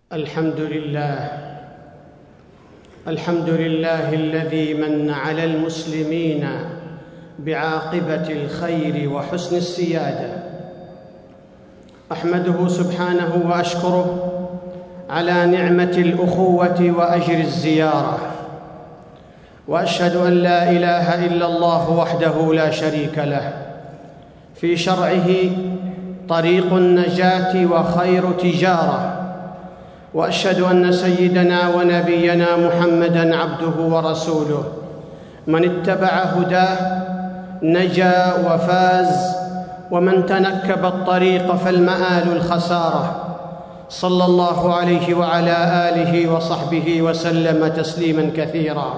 الحمد لله الذي من على المسلمين بعاقبة الخير وحسن السيادة. أحمده سبحانه وأشكره على نعمة الأخوة وأجر الزيارة، وأشهد أن لا إله إلا الله وحده لا شريك له، في شرعه طريق النجاة وخير تجارة. وأشهد أن سيدنا ونبينا محمدًا عبده ورسوله، من اتبع هداه نجا وفاز، ومن تنكب الطريق فالمآل الخسارة. صلى الله عليه وعلى آله وصحبه وسلم تسليماً كثيراً.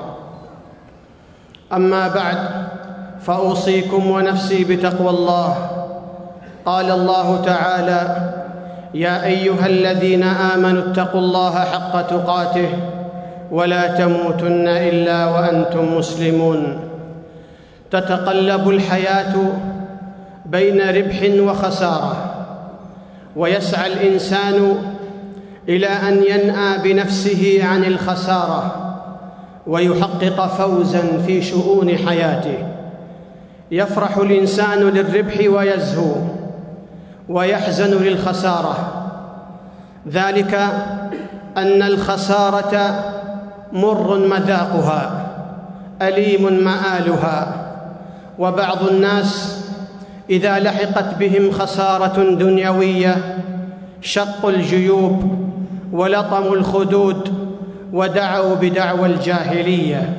أما بعد، فأوصيكم ونفسي بتقوى الله. قال الله تعالى: يا أيها الذين آمنوا اتقوا الله حق تقاته ولا تموتن إلا وأنتم مسلمون. تتقلب الحياة بين ربح وخسارة، ويسعى الإنسان إلى أن ينأى بنفسه عن الخسارة ويحقق فوزاً في شؤون حياته. يفرح الإنسان للربح ويزهو، ويحزن للخسارة. ذلك أن الخسارة مر مذاقها، أليم مآلها. وبعض الناس إذا لحقت بهم خسارة دنيوية شقوا الجيوب ولطموا الخدود ودعوا بدعوى الجاهلية.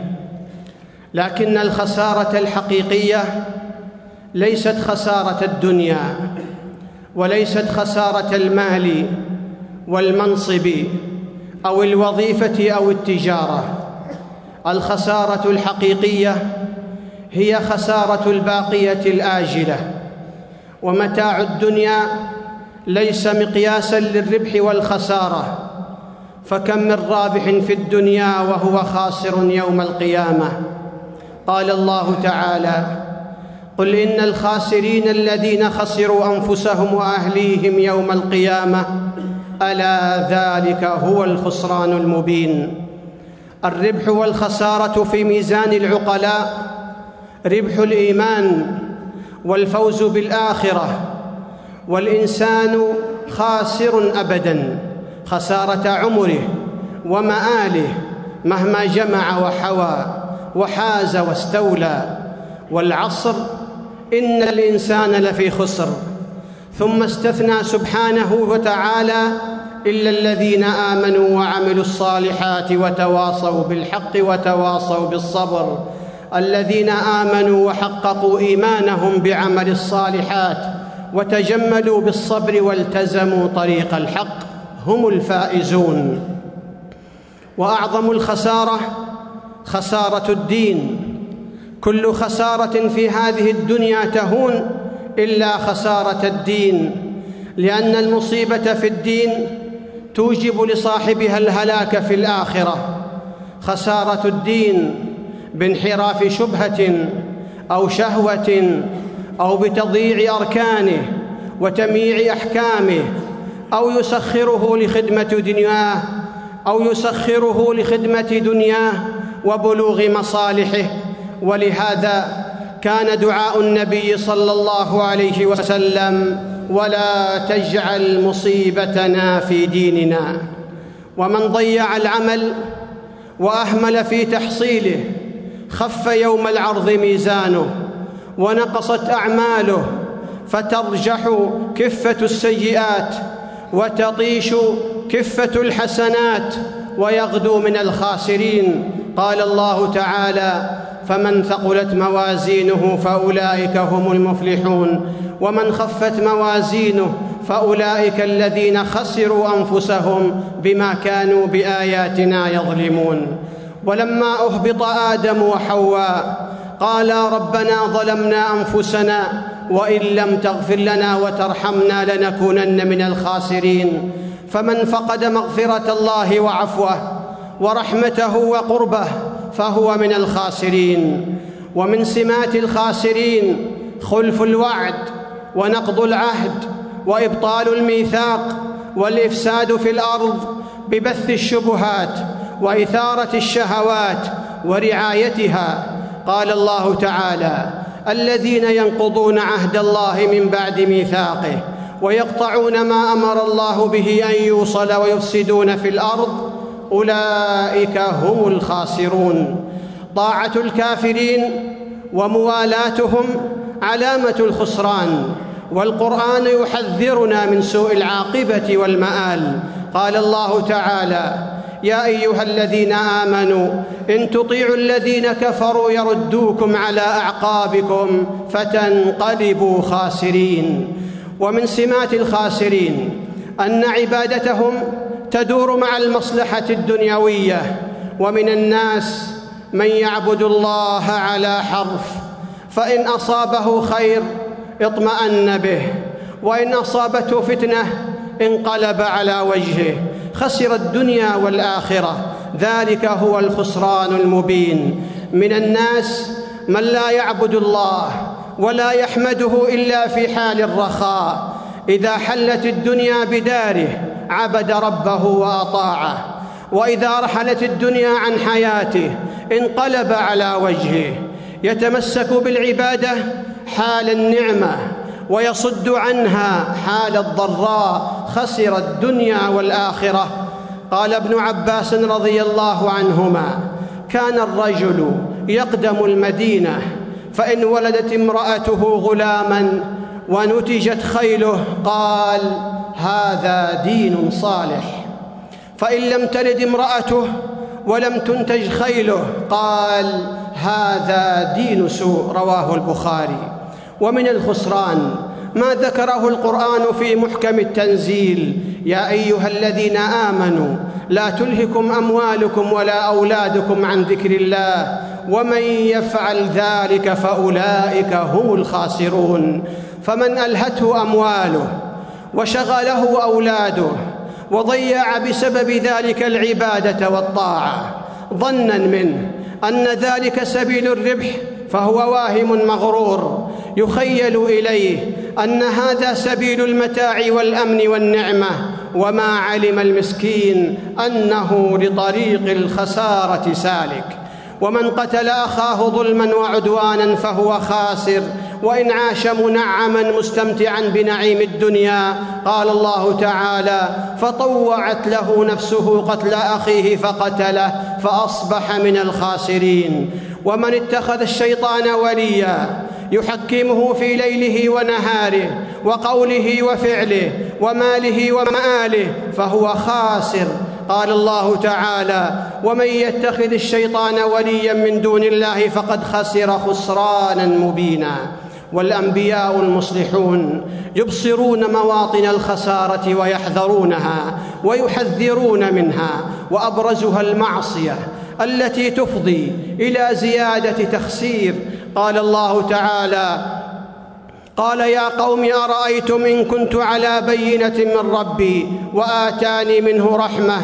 لكن الخسارة الحقيقية ليست خسارة الدنيا، وليست خسارة المال والمنصب أو الوظيفة أو التجارة. الخسارة الحقيقية هي خسارة الباقية الآجلة. ومتاع الدنيا ليس مقياساً للربح والخسارة، فكم من رابح في الدنيا وهو خاسر يوم القيامة. قال الله تعالى: قل إن الخاسرين الذين خسروا أنفسهم وأهليهم يوم القيامة ألا ذلك هو الخسران المبين. الربح والخسارة في ميزان العقلاء: ربح الإيمان والفوز بالآخرة، والإنسان خاسر أبداً خسارة عمره ومآله مهما جمع وحوى وحاز واستولى. والعصر إن الإنسان لفي خسر. ثم استثنى سبحانه وتعالى: إلا الذين آمنوا وعملوا الصالحات وتواصوا بالحق وتواصوا بالصبر. الذين آمنوا وحققوا إيمانهم بعمل الصالحات وتجملوا بالصبر والتزموا طريق الحق هم الفائزون. وأعظم الخسارة خسارة الدين. كل خسارة في هذه الدنيا تهون إلا خسارة الدين، لأن المصيبة في الدين توجب لصاحبها الهلاك في الآخرة. خسارة الدين بانحراف شبهة أو شهوة، أو بتضييع أركانه وتمييع أحكامه، أو يسخره لخدمة دنياه وبلوغ مصالحه. ولهذا كان دعاء النبي صلى الله عليه وسلم: ولا تجعل مصيبتنا في ديننا. ومن ضيع العمل وأهمل في تحصيله خف يوم العرض ميزانه، ونقصت أعماله، فترجح كفة السيئات وتطيش كفة الحسنات، ويغدو من الخاسرين. قال الله تعالى: فمن ثقلت موازينه فأولئك هم المفلحون، ومن خفت موازينه فأولئك الذين خسروا أنفسهم بما كانوا بآياتنا يظلمون. ولما أهبط آدم وحواء قالا: ربنا ظلمنا أنفسنا وإن لم تغفر لنا وترحمنا لنكونن من الخاسرين. فمن فقد مغفرة الله وعفوه ورحمته وقربه فهو من الخاسرين. ومن سمات الخاسرين خلف الوعد ونقض العهد وإبطال الميثاق والإفساد في الأرض ببث الشبهات وإثارة الشهوات ورعايتها. قال الله تعالى: الذين ينقضون عهد الله من بعد ميثاقه ويقطعون ما أمر الله به أن يوصل ويفسدون في الأرض أولئك هم الخاسرون. طاعة الكافرين وموالاتهم علامة الخسران، والقرآن يحذرنا من سوء العاقبة والمآل. قال الله تعالى: يا أيها الذين آمنوا إن تطيعوا الذين كفروا يردوكم على أعقابكم فتنقلبوا خاسرين. ومن سمات الخاسرين أن عبادتهم تدور مع المصلحة الدنيوية، ومن الناس من يعبد الله على حرف، فإن أصابه خير اطمأن به، وإن أصابته فتنة انقلب على وجهه، خسر الدنيا والآخرة. ذلك هو الخسران المبين. من الناس من لا يعبد الله ولا يحمده إلا في حال الرخاء، إذا حلت الدنيا بداره عبد ربه وأطاعه، وإذا رحلت الدنيا عن حياته انقلب على وجهه، يتمسك بالعبادة حال النعمة ويصد عنها حال الضراء، خسر الدنيا والآخرة. قال ابن عباس رضي الله عنهما: كان الرجل يقدم المدينة فإن ولدت امرأته غلاما ونتجت خيله قال: هذا دين صالح، فإن لم تلد امرأته ولم تنتج خيله قال: هذا دين سوء. رواه البخاري. ومن الخسران ما ذكره القرآن في محكم التنزيل: يا أيها الذين آمنوا لا تلهكم أموالكم ولا أولادكم عن ذكر الله ومن يفعل ذلك فأولئك هم الخاسرون. فمن ألهته أمواله وشغله أولاده وضيع بسبب ذلك العبادة والطاعة ظناً منه أن ذلك سبيل الربح فهو واهم مغرور، يخيل إليه أن هذا سبيل المتاع والأمن والنعمة، وما علم المسكين أنه لطريق الخسارة سالك. ومن قتل أخاه ظلماً وعدوانا فهو خاسر، وإن عاش منعما مستمتعا بنعيم الدنيا. قال الله تعالى: فطوعت له نفسه قتل أخيه فقتله فأصبح من الخاسرين. ومن اتخذ الشيطان وليا يحكمه في ليله ونهاره وقوله وفعله وماله ومآله فهو خاسر. قال الله تعالى: ومن يتخذ الشيطان وليا من دون الله فقد خسر خسرانا مبينا. والأنبياء المصلحون يبصرون مواطن الخسارة ويحذرونها ويحذرون منها، وأبرزها المعصية التي تفضي إلى زيادة تخسير. قال الله تعالى: قال يا قوم أرأيتم إن كنت على بينة من ربي وآتاني منه رحمة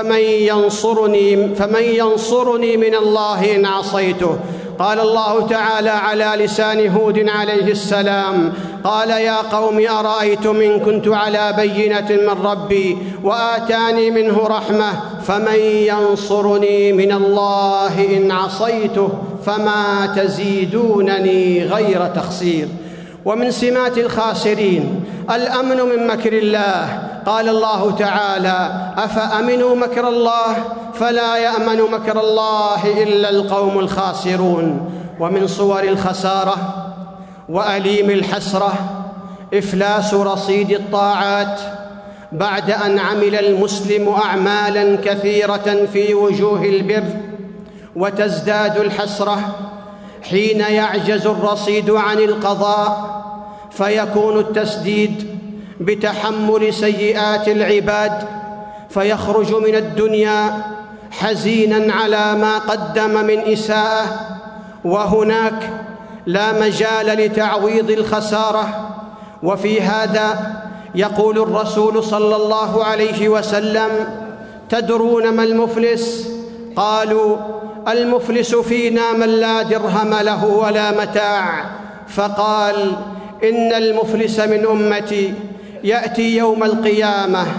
فمن ينصرني من الله إن عصيته. قال الله تعالى على لسان هود عليه السلام: قال يا قوم أرأيتم إن كنت على بينة من ربي وآتاني منه رحمة فمن ينصرني من الله إن عصيته فما تزيدونني غير تخسير. ومن سمات الخاسرين الأمن من مكر الله. قال الله تعالى: أفأمنوا مكر الله فلا يأمن مكر الله إلا القوم الخاسرون. ومن صور الخسارة وأليم الحسرة إفلاس رصيد الطاعات بعد أن عمل المسلم أعمالاً كثيرة في وجوه البر، وتزداد الحسرة حين يعجز الرصيد عن القضاء، فيكون التسديد بتحمل سيئات العباد، فيخرج من الدنيا حزيناً على ما قدم من إساءة، وهناك لا مجال لتعويض الخسارة. وفي هذا يقول الرسول صلى الله عليه وسلم: تدرون ما المفلس؟ قالوا: المفلس فينا من لا درهم له ولا متاع. فقال: إن المفلس من أمتي يأتي يوم القيامة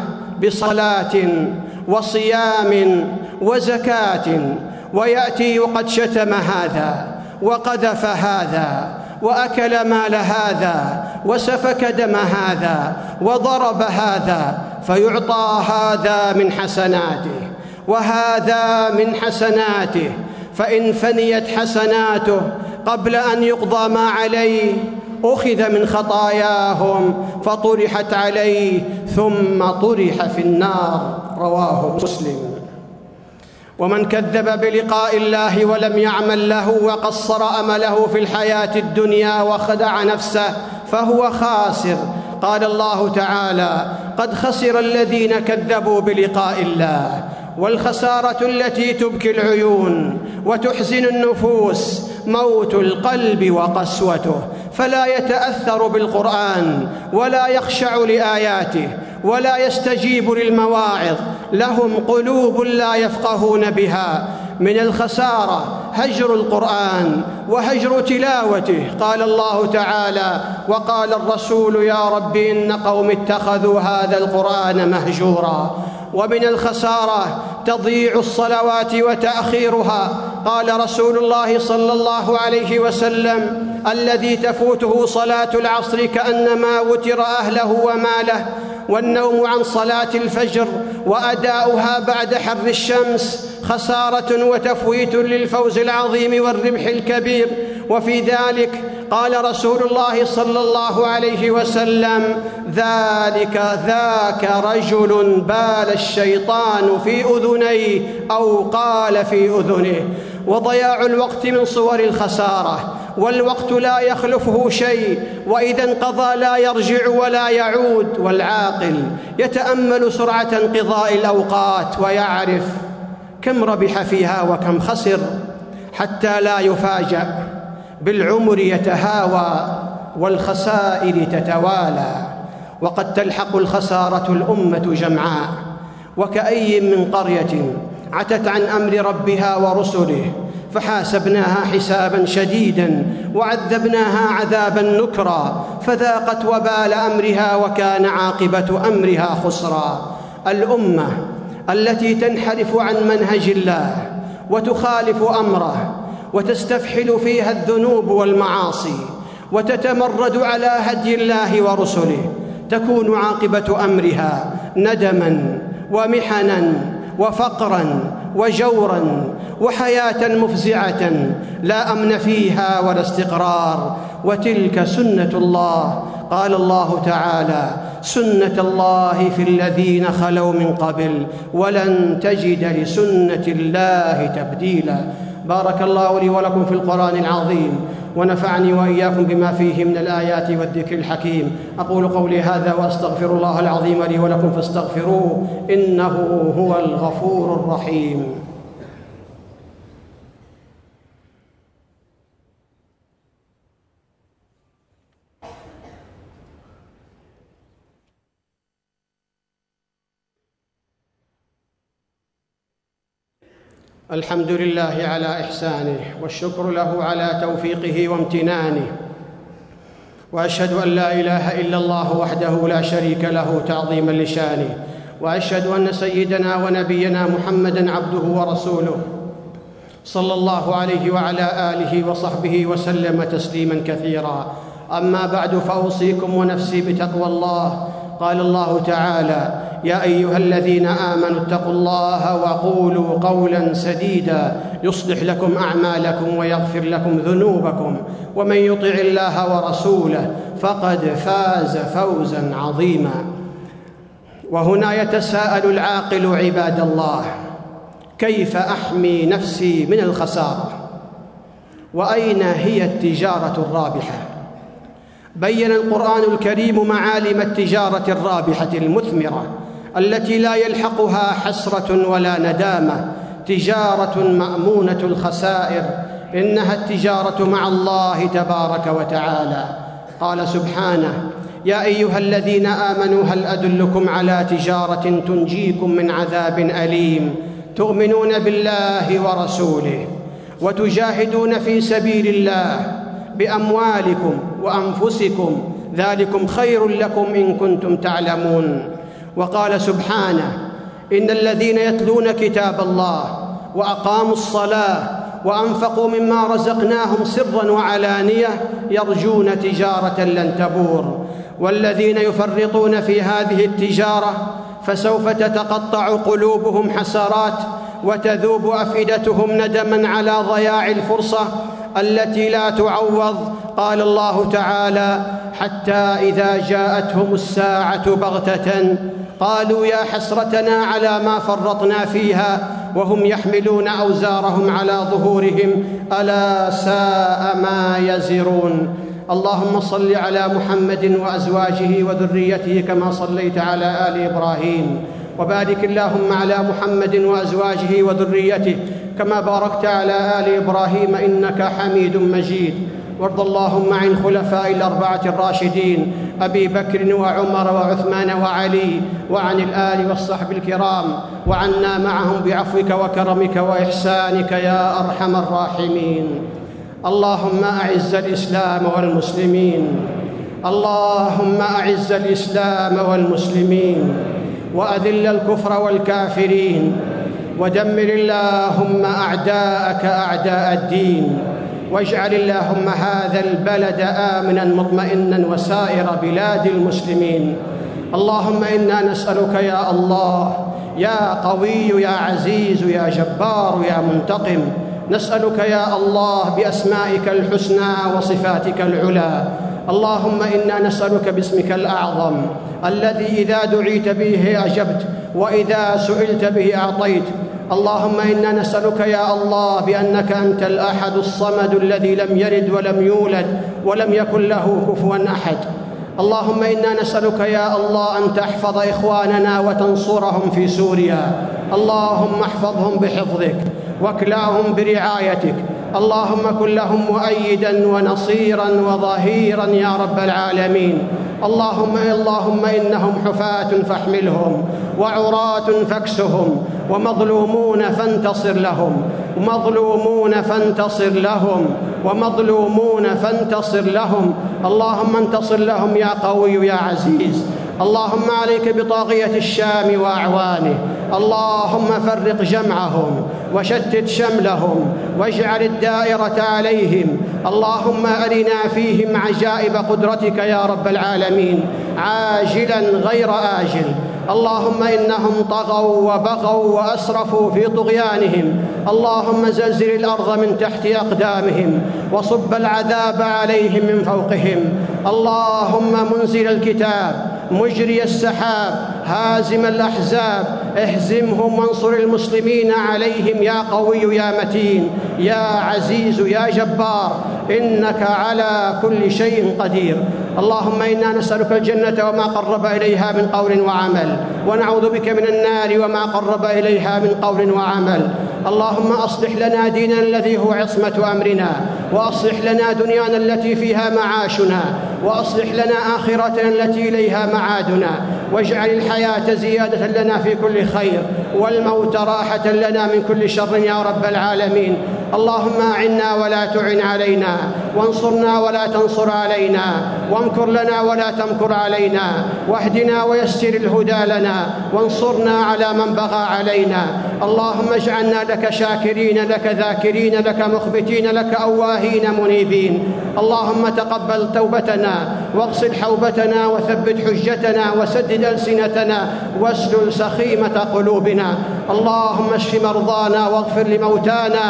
بصلاة وصيام وزكاة، ويأتي قد شتم هذا وقذف هذا وأكل مال هذا وسفك دم هذا وضرب هذا، فيعطى هذا من حسناته وهذا من حسناته، فإن فنيت حسناته قبل أن يقضى ما عليه أخذ من خطاياهم فطرحت عليه ثم طرح في النار. رواه مسلم. ومن كذب بلقاء الله ولم يعمل له وقصر أمله في الحياة الدنيا وخدع نفسه فهو خاسر. قال الله تعالى: قد خسر الذين كذبوا بلقاء الله. والخسارة التي تبكي العيون وتحزن النفوس موت القلب وقسوته، فلا يتأثر بالقرآن ولا يخشع لآياته ولا يستجيب للمواعظ، لهم قلوب لا يفقهون بها. من الخسارة هجر القرآن وهجر تلاوته. قال الله تعالى: وقال الرسول يا رب إن قوم اتخذوا هذا القرآن مهجورا. ومن الخسارة تضييع الصلوات وتأخيرها. قال رسول الله صلى الله عليه وسلم: الذي تفوته صلاة العصر كأنما وتر أهله وماله. والنوم عن صلاة الفجر وأداؤها بعد حر الشمس خسارة وتفويت للفوز العظيم والربح الكبير. وفي ذلك قال رسول الله صلى الله عليه وسلم: ذاك رجل بال الشيطان في أذنيه أو قال في أذنه. وضياع الوقت من صور الخسارة، والوقت لا يخلفه شيء، وإذا انقضى لا يرجع ولا يعود. والعاقل يتأمل سرعة انقضاء الأوقات ويعرف كم ربح فيها وكم خسر، حتى لا يفاجأ بالعمر يتهاوى والخسائر تتوالى. وقد تلحق الخسارة الأمة جمعاء، وكأي من قرية عتت عن أمر ربها ورسله فحاسبناها حسابا شديدا وعذبناها عذابا نكرا فذاقت وبال أمرها وكان عاقبة أمرها خسرا. الأمة التي تنحرف عن منهج الله وتخالف أمره وتستفحل فيها الذنوب والمعاصي وتتمرد على هدي الله ورسله تكون عاقبة أمرها ندما ومحنا وفقرا وجورا وحياة مفزعة لا أمن فيها ولا استقرار. وتلك سنة الله. قال الله تعالى: سنة الله في الذين خلوا من قبل ولن تجد لسنة الله تبديلا. بارك الله لي ولكم في القرآن العظيم، ونفعني وإياكم بما فيه من الآيات والذكر الحكيم. أقول قولي هذا وأستغفر الله العظيم لي ولكم فاستغفروه إنه هو الغفور الرحيم. الحمد لله على إحسانه، والشكر له على توفيقه وامتنانه، وأشهد أن لا إله إلا الله وحده لا شريك له تعظيما لشانه، وأشهد أن سيدنا ونبينا محمدًا عبده ورسوله صلى الله عليه وعلى آله وصحبه وسلم تسليماً كثيراً. أما بعد، فأوصيكم ونفسي بتقوى الله. قال الله تعالى: يا أيها الذين آمنوا اتقوا الله وقولوا قولا سديدا يصلح لكم أعمالكم ويغفر لكم ذنوبكم ومن يطع الله ورسوله فقد فاز فوزا عظيما. وهنا يتساءل العاقل عباد الله: كيف أحمي نفسي من الخسارة؟ وأين هي التجارة الرابحة؟ بين القرآن الكريم معالم التجارة الرابحة المثمرة التي لا يلحقها حسرة ولا ندامة، تجارة مأمونة الخسائر، إنها التجارة مع الله تبارك وتعالى. قال سبحانه: يا أيها الذين آمنوا هل أدلكم على تجارة تنجيكم من عذاب أليم تؤمنون بالله ورسوله وتجاهدون في سبيل الله بأموالكم وأنفسكم ذلكم خير لكم إن كنتم تعلمون. وقال سبحانه: إن الذين يتلون كتاب الله وأقاموا الصلاة وأنفقوا مما رزقناهم سرا وعلانية يرجون تجارة لن تبور. والذين يفرطون في هذه التجارة فسوف تتقطع قلوبهم حسرات وتذوب أفئدتهم ندما على ضياع الفرصة التي لا تعوض. قال الله تعالى: حتى إذا جاءتهم الساعة بغتة قالوا يا حسرتنا على ما فرطنا فيها وهم يحملون أوزارهم على ظهورهم ألا ساء ما يزرون. اللهم صل على محمد وأزواجه وذريته كما صليت على آل إبراهيم، وبارك اللهم على محمد وأزواجه وذريته كما باركت على آل إبراهيم إنك حميد مجيد. وارض اللهم عن خلفاء الأربعة الراشدين أبي بكر وعمر وعثمان وعلي، وعن الآل والصحب الكرام، وعنا معهم بعفوك وكرمك وإحسانك يا أرحم الراحمين. اللهم أعز الإسلام والمسلمين، اللهم أعز الإسلام والمسلمين، وأذل الكفر والكافرين، ودمر اللهم أعداءك أعداء الدين، واجعل اللهم هذا البلد آمناً مطمئناً وسائر بلاد المسلمين. اللهم إنا نسألك يا الله يا قوي يا عزيز يا جبار يا منتقم، نسألك يا الله بأسمائك الحسنى وصفاتك العلى. اللهم إنا نسألك باسمك الأعظم الذي إذا دعيت به أجبت وإذا سئلت به أعطيت. اللهم إنا نسألك يا الله بأنك أنت الأحد الصمد الذي لم يلد ولم يولد ولم يكن له كفوا أحد. اللهم إنا نسألك يا الله أن تحفظ إخواننا وتنصرهم في سوريا. اللهم احفظهم بحفظك واكلأهم برعايتك. اللهم كن لهم مؤيداً ونصيراً وظهيراً يا رب العالمين. اللهم إنهم حفاة فاحملهم وعراة فاكسهم ومظلومون فانتصر لهم ومظلومون فانتصر لهم ومظلومون فانتصر لهم. اللهم انتصر لهم يا قوي يا عزيز. اللهم عليك بطاغية الشام وأعوانه. اللهم فرق جمعهم وشتت شملهم واجعل الدائرة عليهم. اللهم أرنا فيهم عجائب قدرتك يا رب العالمين عاجلا غير آجل. اللهم إنهم طغوا وبغوا وأسرفوا في طغيانهم. اللهم زلزل الأرض من تحت أقدامهم وصب العذاب عليهم من فوقهم. اللهم منزل الكتاب مجري السحاب هازم الأحزاب اهزمهم وانصر المسلمين عليهم يا قوي يا متين يا عزيز يا جبار إنك على كل شيء قدير. اللهم إنا نسألك الجنة وما قرب إليها من قول وعمل، ونعوذ بك من النار وما قرب إليها من قول وعمل. اللهم أصلح لنا ديننا الذي هو عصمة أمرنا، وأصلح لنا دنيانا التي فيها معاشنا، وأصلح لنا آخرتنا التي إليها معادنا، واجعل الحياة زيادة لنا في كل خير والموت راحة لنا من كل شر يا رب العالمين. اللهم أعنا ولا تعن علينا، وانصرنا ولا تنصر علينا، وامكر لنا ولا تمكر علينا، واهدنا ويسر الهدى لنا، وانصرنا على من بغى علينا. اللهم اجعلنا لك شاكرين لك ذاكرين لك مخبتين لك أواهين منيبين. اللهم تقبل توبتنا واغسل حوبتنا وثبت حجتنا وسدد ألسنتنا واسلل سخيمة قلوبنا. اللهم اشف مرضانا واغفر لموتانا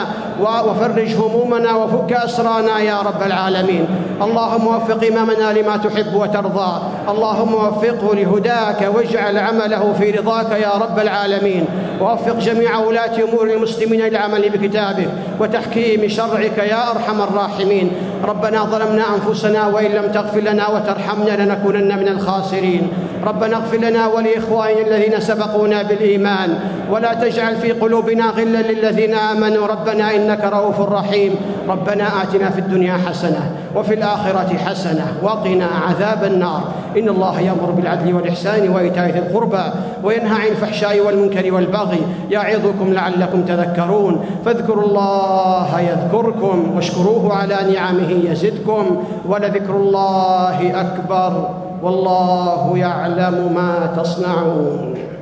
وفرج همومنا وفك أسرانا يا رب العالمين. اللهم وفق إمامنا لما تحب وترضى. اللهم وفقه لهداك واجعل عمله في رضاك يا رب العالمين. ووفق جميع ولاة أمور المسلمين للعمل بكتابك وتحكيم شرعك يا أرحم الراحمين. ربنا ظلمنا أنفسنا وإن لم تغفر لنا وترحمنا لنكونن من الخاسرين. ربنا اغفر لنا ولإخواننا الذين سبقونا بالإيمان، ولا تجعل في قلوبنا غلا للذين آمنوا ربنا إنك رؤوف رحيم. ربنا آتنا في الدنيا حسنة وفي الآخرة حسنة وقنا عذاب النار. إن الله يأمر بالعدل والإحسان وإيتاء ذي القربى وينهى عن الفحشاء والمنكر والبغي يعظكم لعلكم تذكرون. فاذكروا الله يذكركم واشكروه على نعمه يزدكم ولذكر الله أكبر والله يعلم ما تصنعون.